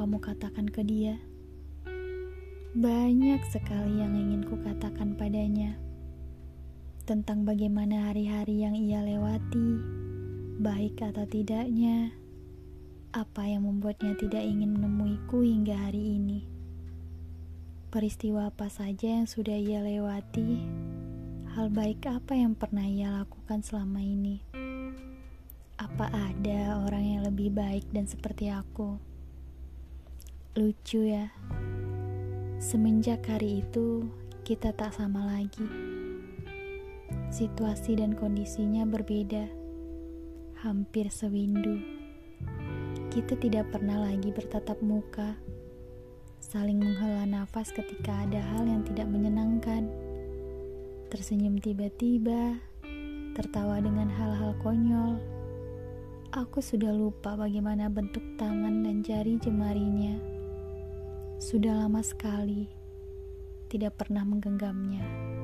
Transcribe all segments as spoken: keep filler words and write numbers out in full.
kamu katakan ke dia. Banyak sekali yang ingin kukatakan padanya. Tentang bagaimana hari-hari yang ia lewati, baik atau tidaknya, apa yang membuatnya tidak ingin menemuiku hingga hari ini. Peristiwa apa saja yang sudah ia lewati, hal baik apa yang pernah ia lakukan selama ini. Apa ada orang yang lebih baik dan seperti aku? Lucu ya, semenjak hari itu kita tak sama lagi. Situasi dan kondisinya berbeda, hampir sewindu. Kita tidak pernah lagi bertatap muka, saling menghela nafas ketika ada hal yang tidak menyenangkan, tersenyum tiba-tiba, tertawa dengan hal-hal konyol. Aku sudah lupa bagaimana bentuk tangan dan jari jemarinya. Sudah lama sekali tidak pernah menggenggamnya.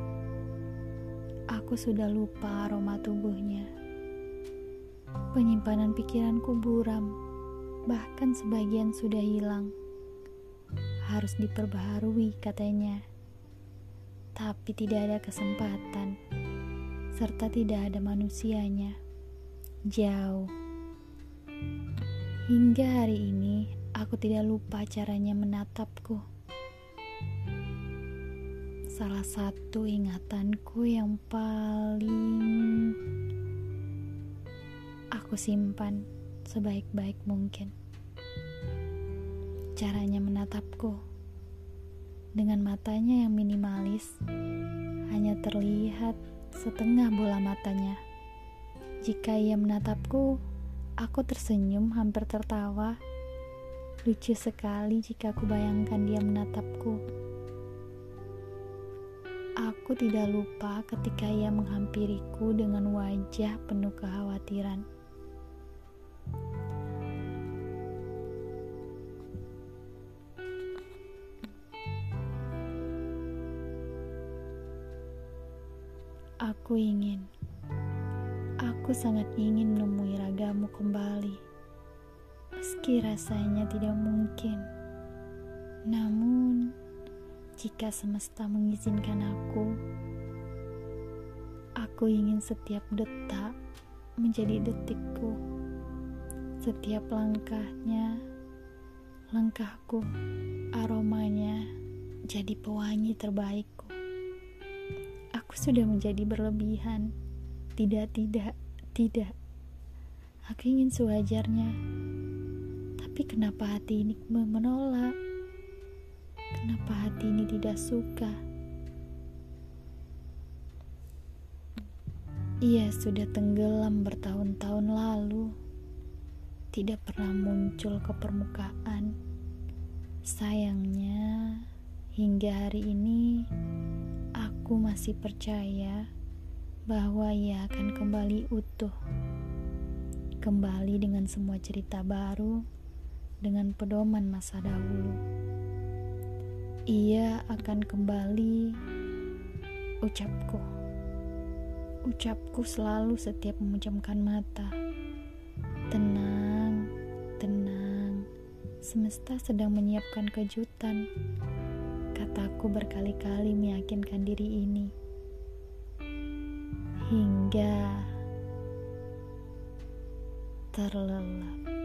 Aku sudah lupa aroma tubuhnya. Penyimpanan pikiranku buram, bahkan sebagian sudah hilang. Harus diperbaharui katanya. Tapi tidak ada kesempatan, serta tidak ada manusianya. Jauh. Hingga hari ini, aku tidak lupa caranya menatapku. Salah satu ingatanku yang paling aku simpan sebaik-baik mungkin. Caranya menatapku. Dengan matanya yang minimalis, hanya terlihat setengah bola matanya. Jika ia menatapku, aku tersenyum hampir tertawa. Lucu sekali jika aku bayangkan dia menatapku. Aku tidak lupa ketika ia menghampiriku dengan wajah penuh kekhawatiran. Aku ingin, aku sangat ingin menemui ragamu kembali. Meski rasanya tidak mungkin. Namun, jika semesta mengizinkan aku, aku ingin setiap detak menjadi detikku. Setiap langkahnya, langkahku, aromanya jadi pewangi terbaikku. Aku sudah menjadi berlebihan. Tidak, tidak, tidak. Aku ingin sewajarnya. Tapi kenapa hati ini menolak? Kenapa hati ini tidak suka? Ia sudah tenggelam bertahun-tahun lalu. Tidak pernah muncul ke permukaan. Sayangnya, hingga hari ini, aku masih percaya bahwa ia akan kembali utuh. Kembali dengan semua cerita baru, dengan pedoman masa dahulu. Ia akan kembali, ucapku. Ucapku selalu setiap memejamkan mata. Tenang, tenang. Semesta sedang menyiapkan kejutan. Kataku berkali-kali meyakinkan diri ini. Hingga terlelap.